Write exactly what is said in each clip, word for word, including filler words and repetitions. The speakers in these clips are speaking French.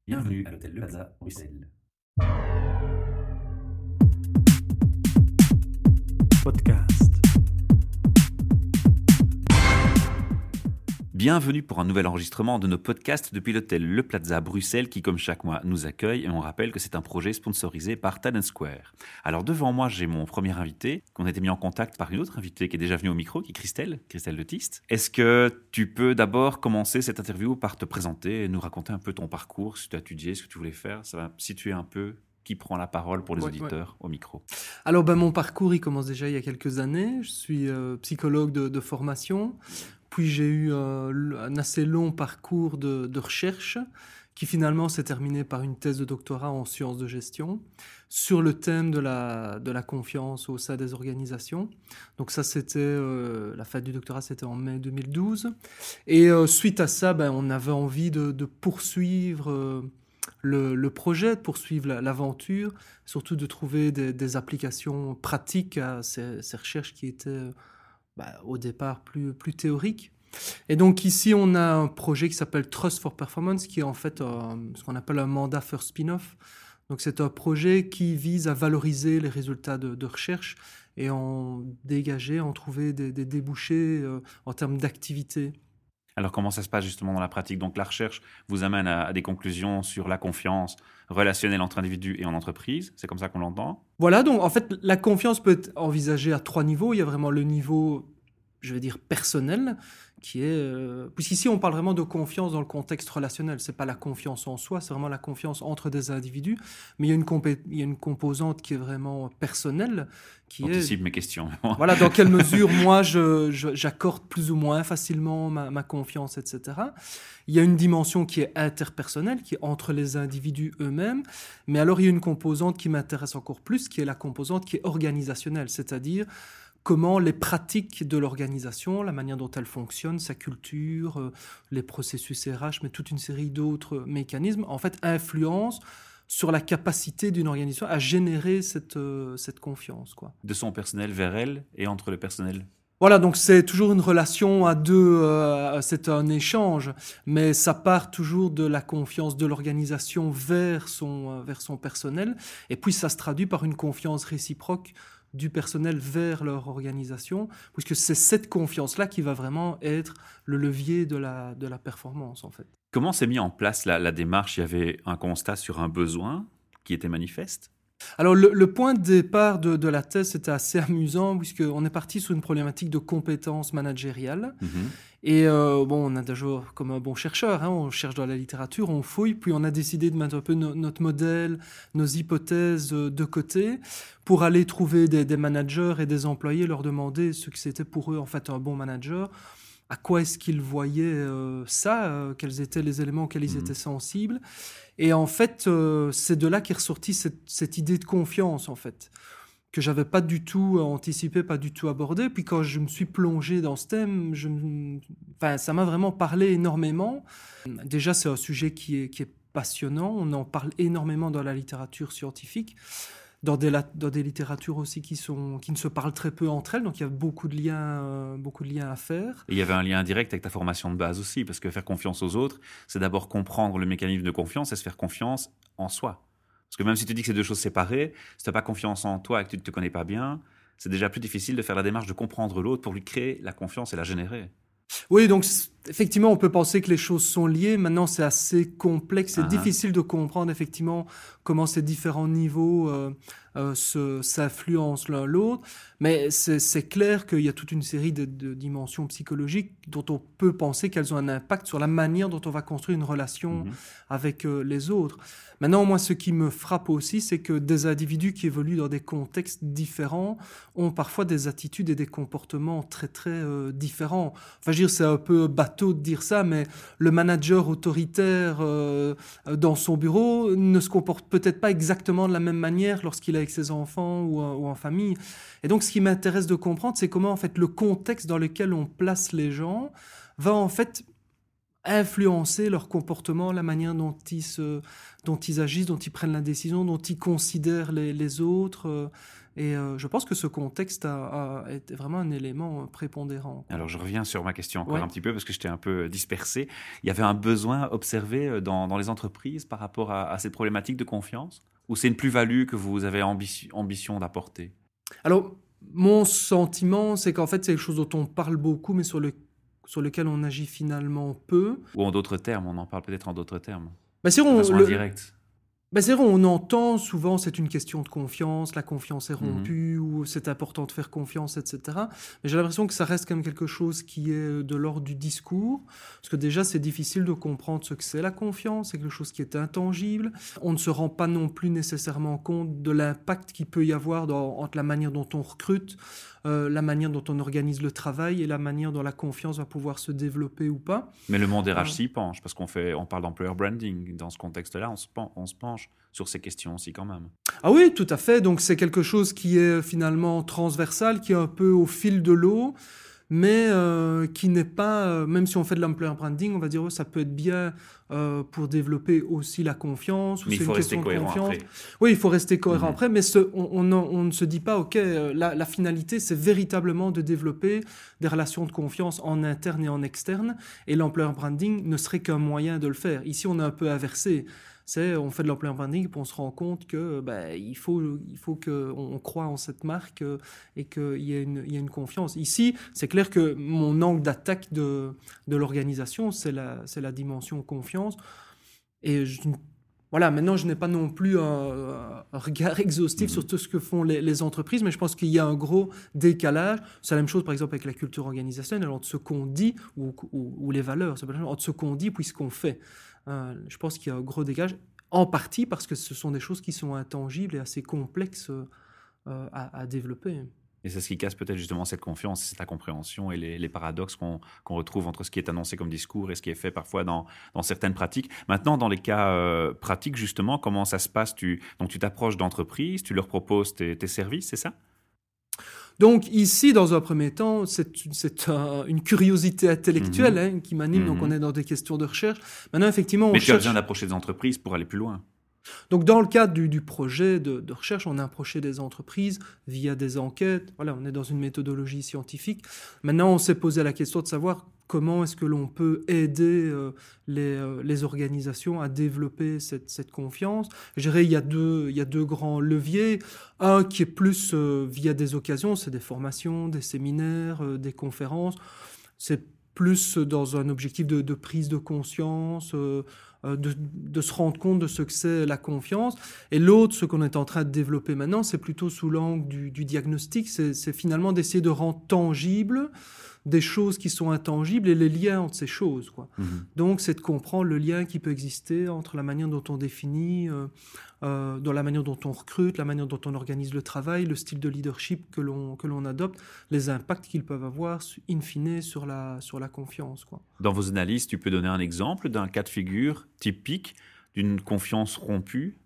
Bienvenue à l'hôtel Le Plaza, Bruxelles. Podcast. Bienvenue pour un nouvel enregistrement de nos podcasts depuis l'hôtel Le Plaza Bruxelles qui, comme chaque mois, nous accueille et on rappelle que c'est un projet sponsorisé par Talent Square. Alors devant moi, j'ai mon premier invité, qu'on a été mis en contact par une autre invitée qui est déjà venue au micro, qui est Christelle, Christelle de Tist. Est-ce que tu peux d'abord commencer cette interview par te présenter et nous raconter un peu ton parcours, ce que tu as étudié, ce que tu voulais faire? Ça va situer un peu qui prend la parole pour les Ouais, auditeurs ouais. au micro. Alors, ben, mon parcours, il commence déjà il y a quelques années. Je suis euh, psychologue de, de formation. Puis j'ai eu euh, un assez long parcours de, de recherche qui finalement s'est terminé par une thèse de doctorat en sciences de gestion sur le thème de la, de la confiance au sein des organisations. Donc ça, c'était euh, la fin du doctorat, c'était en mai deux mille douze. Et euh, suite à ça, ben, on avait envie de, de poursuivre euh, le, le projet, de poursuivre la, l'aventure, surtout de trouver des, des applications pratiques à ces, ces recherches qui étaient bah, au départ plus, plus théoriques. Et donc ici, on a un projet qui s'appelle Trust for Performance, qui est en fait euh, ce qu'on appelle un mandat first spin-off. Donc c'est un projet qui vise à valoriser les résultats de, de recherche et en dégager, en trouver des, des débouchés euh, en termes d'activité. Alors comment ça se passe justement dans la pratique? Donc la recherche vous amène à, à des conclusions sur la confiance relationnelle entre individus et en entreprise, c'est comme ça qu'on l'entend? Voilà, donc en fait, la confiance peut être envisagée à trois niveaux. Il y a vraiment le niveau, je vais dire, personnel, qui est... Euh, puisqu'ici, on parle vraiment de confiance dans le contexte relationnel. C'est pas la confiance en soi, c'est vraiment la confiance entre des individus. Mais il y a une, compé- il y a une composante qui est vraiment personnelle, qui Anticipe est... mes questions. Voilà, dans quelle mesure, moi, je, je- j'accorde plus ou moins facilement ma, ma confiance, et cetera. Il y a une dimension qui est interpersonnelle, qui est entre les individus eux-mêmes. Mais alors, il y a une composante qui m'intéresse encore plus, qui est la composante qui est organisationnelle, c'est-à-dire comment les pratiques de l'organisation, la manière dont elle fonctionne, sa culture, euh, les processus R H, mais toute une série d'autres mécanismes, en fait, influencent sur la capacité d'une organisation à générer cette, euh, cette confiance, quoi. De son personnel vers elle et entre le personnel. Voilà, donc c'est toujours une relation à deux, euh, c'est un échange, mais ça part toujours de la confiance de l'organisation vers son, euh, vers son personnel, et puis ça se traduit par une confiance réciproque du personnel vers leur organisation, puisque c'est cette confiance-là qui va vraiment être le levier de la, de la performance, en fait. Comment s'est mis en place la, la démarche? Il y avait un constat sur un besoin qui était manifeste? Alors, le, le point de départ de, de la thèse, c'était assez amusant, puisqu'on est parti sur une problématique de compétences managériales. Mhm. Et euh, bon, on a déjà, comme un bon chercheur, hein, on cherche dans la littérature, on fouille, puis on a décidé de mettre un peu no- notre modèle, nos hypothèses euh, de côté, pour aller trouver des, des managers et des employés, leur demander ce que c'était pour eux, en fait, un bon manager. À quoi est-ce qu'ils voyaient euh, ça, euh, quels étaient les éléments auxquels ils Mhm. étaient sensibles. Et en fait, euh, c'est de là qu'est ressortie cette, cette idée de confiance, en fait, que j'avais pas du tout anticipé, pas du tout abordé. Puis quand je me suis plongé dans ce thème, je me- enfin, ça m'a vraiment parlé énormément. Déjà, c'est un sujet qui est, qui est passionnant. On en parle énormément dans la littérature scientifique, dans des, la- dans des littératures aussi qui, sont, qui ne se parlent très peu entre elles. Donc il y a beaucoup de liens, euh, beaucoup de liens à faire. Et il y avait un lien direct avec ta formation de base aussi, parce que faire confiance aux autres, c'est d'abord comprendre le mécanisme de confiance et se faire confiance en soi. Parce que même si tu dis que c'est deux choses séparées, si tu n'as pas confiance en toi et que tu ne te connais pas bien, c'est déjà plus difficile de faire la démarche de comprendre l'autre pour lui créer la confiance et la générer. Oui, donc c- effectivement, on peut penser que les choses sont liées. Maintenant, c'est assez complexe. C'est Ah, ah. difficile de comprendre effectivement comment ces différents niveaux euh, euh, se, s'influencent l'un l'autre. Mais c'est, c'est clair qu'il y a toute une série de, de dimensions psychologiques dont on peut penser qu'elles ont un impact sur la manière dont on va construire une relation Mhm. avec euh, les autres. Maintenant, moi, ce qui me frappe aussi, c'est que des individus qui évoluent dans des contextes différents ont parfois des attitudes et des comportements très, très euh, différents. Enfin, je veux dire, c'est un peu bateau de dire ça, mais le manager autoritaire euh, dans son bureau ne se comporte peut-être pas exactement de la même manière lorsqu'il est avec ses enfants ou, euh, ou en famille. Et donc, ce qui m'intéresse de comprendre, c'est comment, en fait, le contexte dans lequel on place les gens va, en fait, influencer leur comportement, la manière dont ils, se, dont ils agissent, dont ils prennent la décision, dont ils considèrent les, les autres. euh, Et euh, je pense que ce contexte a, a été vraiment un élément prépondérant. Alors je reviens sur ma question encore Ouais. un petit peu parce que j'étais un peu dispersé. Il y avait un besoin observé dans, dans les entreprises par rapport à, à cette problématique de confiance? Ou c'est une plus-value que vous avez ambition, ambition d'apporter? Alors, mon sentiment, c'est qu'en fait, c'est quelque chose dont on parle beaucoup, mais sur, le, sur lequel on agit finalement peu. Ou en d'autres termes, on en parle peut-être en d'autres termes, Bah, c'est de on, façon le- indirecte. Ben c'est vrai, on entend souvent c'est une question de confiance, la confiance est Mhm. rompue, ou c'est important de faire confiance, et cetera. Mais j'ai l'impression que ça reste quand même quelque chose qui est de l'ordre du discours, parce que déjà c'est difficile de comprendre ce que c'est la confiance, c'est quelque chose qui est intangible. On ne se rend pas non plus nécessairement compte de l'impact qu'il peut y avoir dans, entre la manière dont on recrute, euh, la manière dont on organise le travail et la manière dont la confiance va pouvoir se développer ou pas. Mais le monde R H Ah. s'y penche, parce qu'on fait, on parle d'employer branding. Dans ce contexte-là, on se, pen- on se penche sur ces questions aussi quand même. Ah oui, tout à fait. Donc c'est quelque chose qui est finalement transversal, qui est un peu au fil de l'eau, mais euh, qui n'est pas, euh, même si on fait de l'employer branding, on va dire oh, ça peut être bien euh, pour développer aussi la confiance. Ou Mais il c'est faut une rester question de cohérent confiance. après. Oui, il faut rester cohérent Mhm. après, mais ce- on, on, en- on ne se dit pas, ok, euh, la, la finalité, c'est véritablement de développer des relations de confiance en interne et en externe, et l'employer branding ne serait qu'un moyen de le faire. Ici, on est un peu inversé. C'est, on fait de l'employer branding, puis on se rend compte que ben, il faut, il faut qu'on on croit en cette marque euh, et qu'il y ait une, il y ait une confiance. Ici, c'est clair que mon angle d'attaque de, de l'organisation, c'est la, c'est la dimension confiance. Et je, voilà, maintenant, je n'ai pas non plus un, un regard exhaustif Mhm. sur tout ce que font les, les entreprises, mais je pense qu'il y a un gros décalage. C'est la même chose, par exemple, avec la culture organisationnelle, entre ce qu'on dit, ou, ou, ou les valeurs, c'est pas la même chose, entre ce qu'on dit puis ce qu'on fait. Euh, je pense qu'il y a un gros décalage, en partie parce que ce sont des choses qui sont intangibles et assez complexes euh, à, à développer. Et c'est ce qui casse peut-être justement cette confiance, cette incompréhension et les, les paradoxes qu'on qu'on retrouve entre ce qui est annoncé comme discours et ce qui est fait parfois dans, dans certaines pratiques. Maintenant, dans les cas euh, pratiques, justement, comment ça se passe? tu, Donc, tu t'approches d'entreprises, tu leur proposes tes, tes services, c'est ça? Donc ici, dans un premier temps, c'est, c'est un- une curiosité intellectuelle Mhm. hein, qui m'anime, Mhm. donc on est dans des questions de recherche. Maintenant, effectivement, on Mais tu as cherche... besoin d'approcher des entreprises pour aller plus loin. Donc dans le cadre du, du projet de, de recherche, on a approché des entreprises via des enquêtes. Voilà, on est dans une méthodologie scientifique. Maintenant, on s'est posé la question de savoir comment est-ce que l'on peut aider euh, les, euh, les organisations à développer cette, cette confiance. Je dirais il y a deux, il y a deux grands leviers. Un qui est plus euh, via des occasions, c'est des formations, des séminaires, euh, des conférences. C'est plus dans un objectif de, de prise de conscience, euh, euh, de, de se rendre compte de ce que c'est la confiance. Et l'autre, ce qu'on est en train de développer maintenant, c'est plutôt sous l'angle du, du diagnostic, c'est, c'est finalement d'essayer de rendre tangible des choses qui sont intangibles et les liens entre ces choses, quoi. Mhm. Donc, c'est de comprendre le lien qui peut exister entre la manière dont on définit, euh, euh, dans la manière dont on recrute, la manière dont on organise le travail, le style de leadership que l'on, que l'on adopte, les impacts qu'ils peuvent avoir, in fine, sur la, sur la confiance, quoi. Dans vos analyses, tu peux donner un exemple d'un cas de figure typique d'une confiance rompue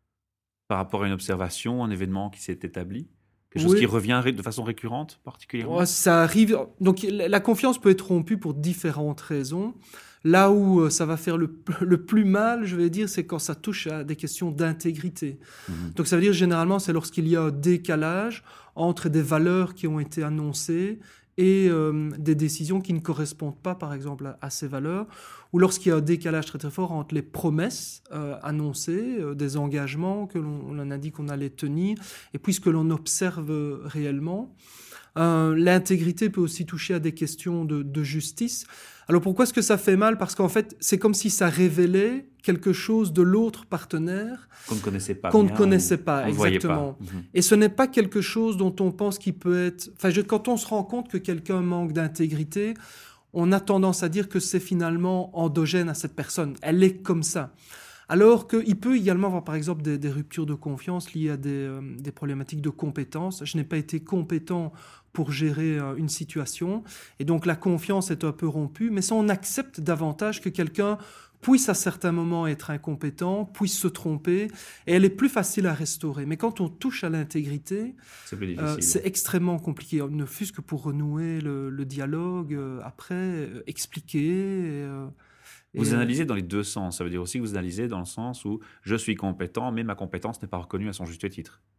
par rapport à une observation, un événement qui s'est établi? Quelque chose Oui. qui revient ré- de façon récurrente, particulièrement? Ouais, ça arrive. Donc, la la confiance peut être rompue pour différentes raisons. Là où euh, ça va faire le, le plus mal, je vais dire, c'est quand ça touche à des questions d'intégrité. Mhm. Donc, ça veut dire, généralement, c'est lorsqu'il y a un décalage entre des valeurs qui ont été annoncées et euh, des décisions qui ne correspondent pas, par exemple, à, à ces valeurs, ou lorsqu'il y a un décalage très très fort entre les promesses euh, annoncées, euh, des engagements que l'on, on a dit qu'on allait tenir, et puis ce que l'on observe euh, réellement. Euh, l'intégrité peut aussi toucher à des questions de, de justice. Alors pourquoi est-ce que ça fait mal? Parce qu'en fait, c'est comme si ça révélait quelque chose de l'autre partenaire Qu'on ne connaissait pas qu'on ne bien, connaissait ou pas, on ne voyait exactement. pas. Mhm. Et ce n'est pas quelque chose dont on pense qu'il peut être... Enfin, je- quand on se rend compte que quelqu'un manque d'intégrité, on a tendance à dire que c'est finalement endogène à cette personne. Elle est comme ça. Alors qu'il peut également avoir, par exemple, des, des ruptures de confiance liées à des, euh, des problématiques de compétences. Je n'ai pas été compétent pour gérer euh, une situation. Et donc, la confiance est un peu rompue. Mais ça, on accepte davantage que quelqu'un puisse à certains moments être incompétent, puisse se tromper, et elle est plus facile à restaurer. Mais quand on touche à l'intégrité, C'est plus euh, difficile. c'est extrêmement compliqué, ne fût-ce que pour renouer le, le dialogue, euh, après, euh, expliquer... et, euh, Vous et, euh, analysez dans les deux sens. Ça veut dire aussi que vous analysez dans le sens où je suis compétent, mais ma compétence n'est pas reconnue à son juste titre.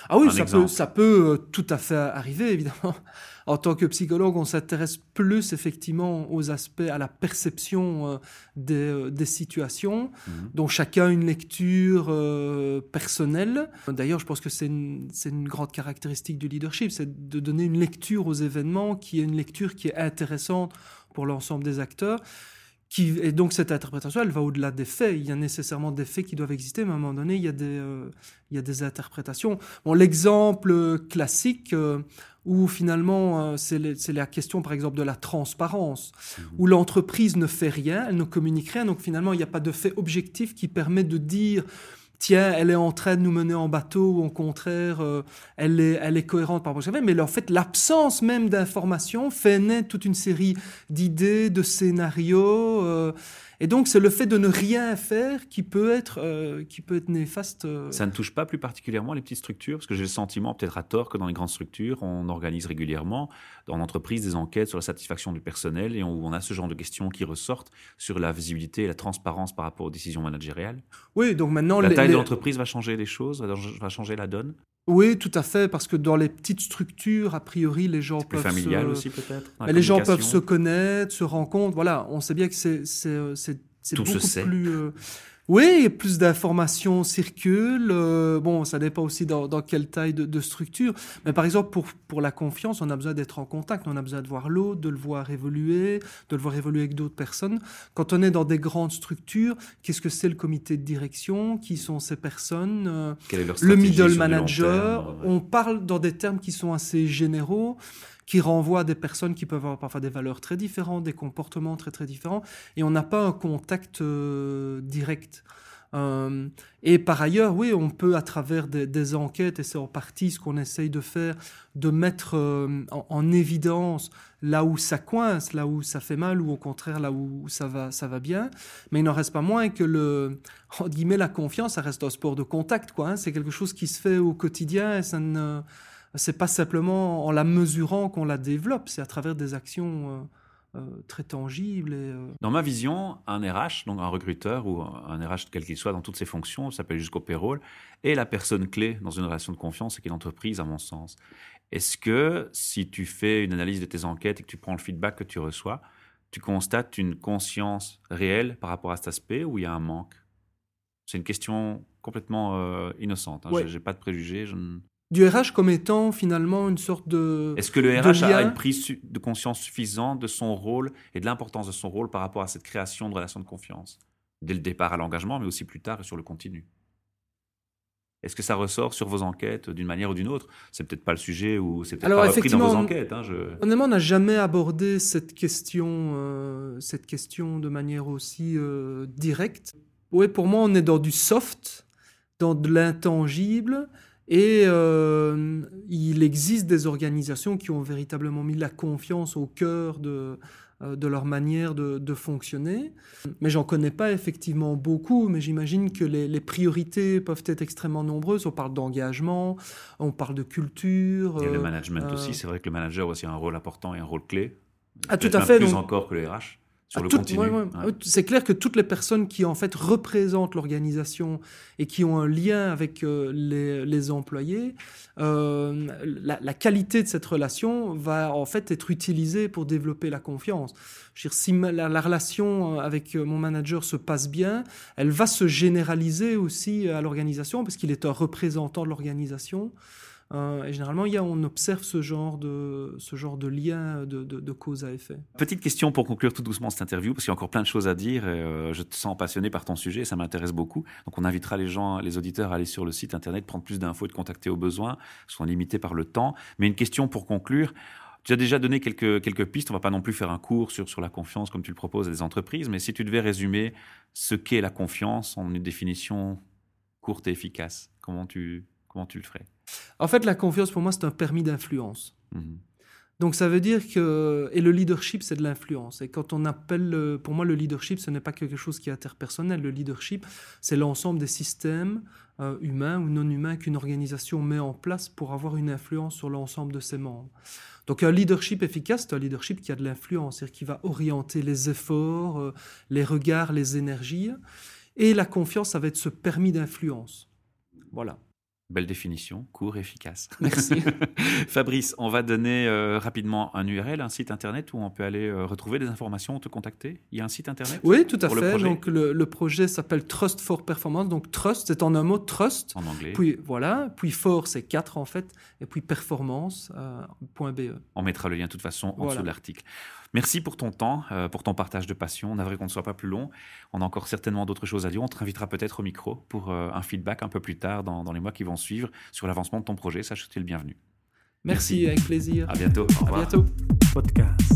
Ah oui, Un ça exemple. peut, ça peut euh, tout à fait arriver, évidemment. En tant que psychologue, on s'intéresse plus effectivement aux aspects, à la perception euh, des, euh, des situations, Mhm. dont chacun a une lecture euh, personnelle. D'ailleurs, je pense que c'est une, c'est une grande caractéristique du leadership, c'est de donner une lecture aux événements qui est une lecture qui est intéressante pour l'ensemble des acteurs. Qui, et donc cette interprétation, elle va au-delà des faits. Il y a nécessairement des faits qui doivent exister, mais à un moment donné, il y a des, euh, il y a des interprétations. Bon, l'exemple classique euh, où finalement, euh, c'est, les, c'est la question par exemple de la transparence, mmh. où l'entreprise ne fait rien, elle ne communique rien, donc finalement, il n'y a pas de fait objectif qui permet de dire... Tiens, elle est en train de nous mener en bateau, ou au contraire, euh, elle, est, elle est cohérente par rapport à ce qu'elle fait. Mais en fait, l'absence même d'informations fait naître toute une série d'idées, de scénarios. Euh, et donc, c'est le fait de ne rien faire qui peut être, euh, qui peut être néfaste. Euh. Ça ne touche pas plus particulièrement les petites structures? Parce que j'ai le sentiment, peut-être à tort, que dans les grandes structures, on organise régulièrement, dans l'entreprise, des enquêtes sur la satisfaction du personnel et où on a ce genre de questions qui ressortent sur la visibilité et la transparence par rapport aux décisions managériales. Oui, donc maintenant... La les, taille les... de l'entreprise va changer les choses, va changer la donne? Oui, tout à fait, parce que dans les petites structures, a priori, les gens c'est plus peuvent familial se... aussi, peut-être? Mais les gens peuvent se connaître, se rencontrent. Voilà, on sait bien que c'est, c'est, c'est, c'est Tout beaucoup se sait. plus... Euh... Oui, plus d'informations circulent. Euh, bon, ça dépend aussi dans, dans quelle taille de, de structure. Mais par exemple, pour, pour la confiance, on a besoin d'être en contact. On a besoin de voir l'autre, de le voir évoluer, de le voir évoluer avec d'autres personnes. Quand on est dans des grandes structures, qu'est-ce que c'est le comité de direction? Qui sont ces personnes? euh, Quelle est leur Le stratégie middle sur du long manager. terme, ouais. On parle dans des termes qui sont assez généraux, qui renvoient à des personnes qui peuvent avoir parfois des valeurs très différentes, des comportements très très différents, et on n'a pas un contact euh, direct. Euh, et par ailleurs, oui, on peut à travers des, des enquêtes, et c'est en partie ce qu'on essaye de faire, de mettre euh, en, en évidence là où ça coince, là où ça fait mal, ou au contraire là où ça va, ça va bien. Mais il n'en reste pas moins que le, entre guillemets, la confiance, ça reste un sport de contact, quoi, hein. C'est quelque chose qui se fait au quotidien, et ça ne... C'est pas simplement en la mesurant qu'on la développe, c'est à travers des actions euh, euh, très tangibles. Et, euh... Dans ma vision, un R H, donc un recruteur ou un R H quel qu'il soit dans toutes ses fonctions, ça s'appelle jusqu'au payroll, est la personne clé dans une relation de confiance et qui est l'entreprise, à mon sens. Est-ce que si tu fais une analyse de tes enquêtes et que tu prends le feedback que tu reçois, tu constates une conscience réelle par rapport à cet aspect ou il y a un manque? C'est une question complètement euh, innocente. Hein. Ouais. Je n'ai pas de préjugés. Je ne... Du R H comme étant finalement une sorte de... Est-ce que le R H lien... a une prise de conscience suffisante de son rôle et de l'importance de son rôle par rapport à cette création de relations de confiance? Dès le départ à l'engagement, mais aussi plus tard et sur le continu. Est-ce que ça ressort sur vos enquêtes d'une manière ou d'une autre? C'est peut-être pas le sujet ou c'est peut-être Alors, pas repris dans vos effectivement, enquêtes. Hein, je... Honnêtement, on n'a jamais abordé cette question, euh, cette question de manière aussi euh, directe. Oui, pour moi, on est dans du soft, dans de l'intangible. Et euh, il existe des organisations qui ont véritablement mis la confiance au cœur de, euh, de leur manière de, de fonctionner. Mais j'en connais pas effectivement beaucoup, mais j'imagine que les, les priorités peuvent être extrêmement nombreuses. On parle d'engagement, on parle de culture. Il y a euh, le management euh, aussi. C'est vrai que le manager a aussi un rôle important et un rôle clé. Ah, tout Peut-être à même fait. Plus donc, encore que le R H. Sur Ah, le tout, continu. ouais, ouais. Ouais. C'est clair que toutes les personnes qui en fait représentent l'organisation et qui ont un lien avec euh, les, les employés, euh, la, la qualité de cette relation va en fait être utilisée pour développer la confiance. Je veux dire, si ma, la, la relation avec mon manager se passe bien, elle va se généraliser aussi à l'organisation parce qu'il est un représentant de l'organisation. Euh, et généralement, il y a, on observe ce genre de, ce genre de lien de, de, de cause à effet. Petite question pour conclure tout doucement cette interview, parce qu'il y a encore plein de choses à dire. Et, euh, je te sens passionné par ton sujet et ça m'intéresse beaucoup. Donc, on invitera les gens, les auditeurs à aller sur le site internet, prendre plus d'infos et de contacter au besoin. Ils sont limités par le temps. Mais une question pour conclure. Tu as déjà donné quelques, quelques pistes. On ne va pas non plus faire un cours sur, sur la confiance comme tu le proposes à des entreprises. Mais si tu devais résumer ce qu'est la confiance en une définition courte et efficace, comment tu, comment tu le ferais? En fait, la confiance, pour moi, c'est un permis d'influence. Mmh. Donc, ça veut dire que... Et le leadership, c'est de l'influence. Et quand on appelle... Pour moi, le leadership, ce n'est pas quelque chose qui est interpersonnel. Le leadership, c'est l'ensemble des systèmes euh, humains ou non humains qu'une organisation met en place pour avoir une influence sur l'ensemble de ses membres. Donc, un leadership efficace, c'est un leadership qui a de l'influence, c'est-à-dire qui va orienter les efforts, euh, les regards, les énergies. Et la confiance, ça va être ce permis d'influence. Voilà. Belle définition, court et efficace. Merci. Fabrice, on va donner euh, rapidement un U R L, un site internet où on peut aller euh, retrouver des informations, te contacter. Il y a un site internet? Oui, tout à pour le fait. projet Donc le, le projet s'appelle Trust for Performance. Donc Trust, c'est en un mot Trust. En anglais. Puis voilà. Puis For, c'est quatre en fait. Et puis Performance. Euh, .be. On mettra le lien de toute façon en Voilà. dessous de l'article. Merci pour ton temps, euh, pour ton partage de passion. On aimerait qu'on ne soit pas plus long. On a encore certainement d'autres choses à dire. On te invitera peut-être au micro pour euh, un feedback un peu plus tard dans, dans les mois qui vont suivre sur l'avancement de ton projet. Sache que tu es le bienvenu. Merci, Merci. avec plaisir. À bientôt. Au À revoir. bientôt. Podcast.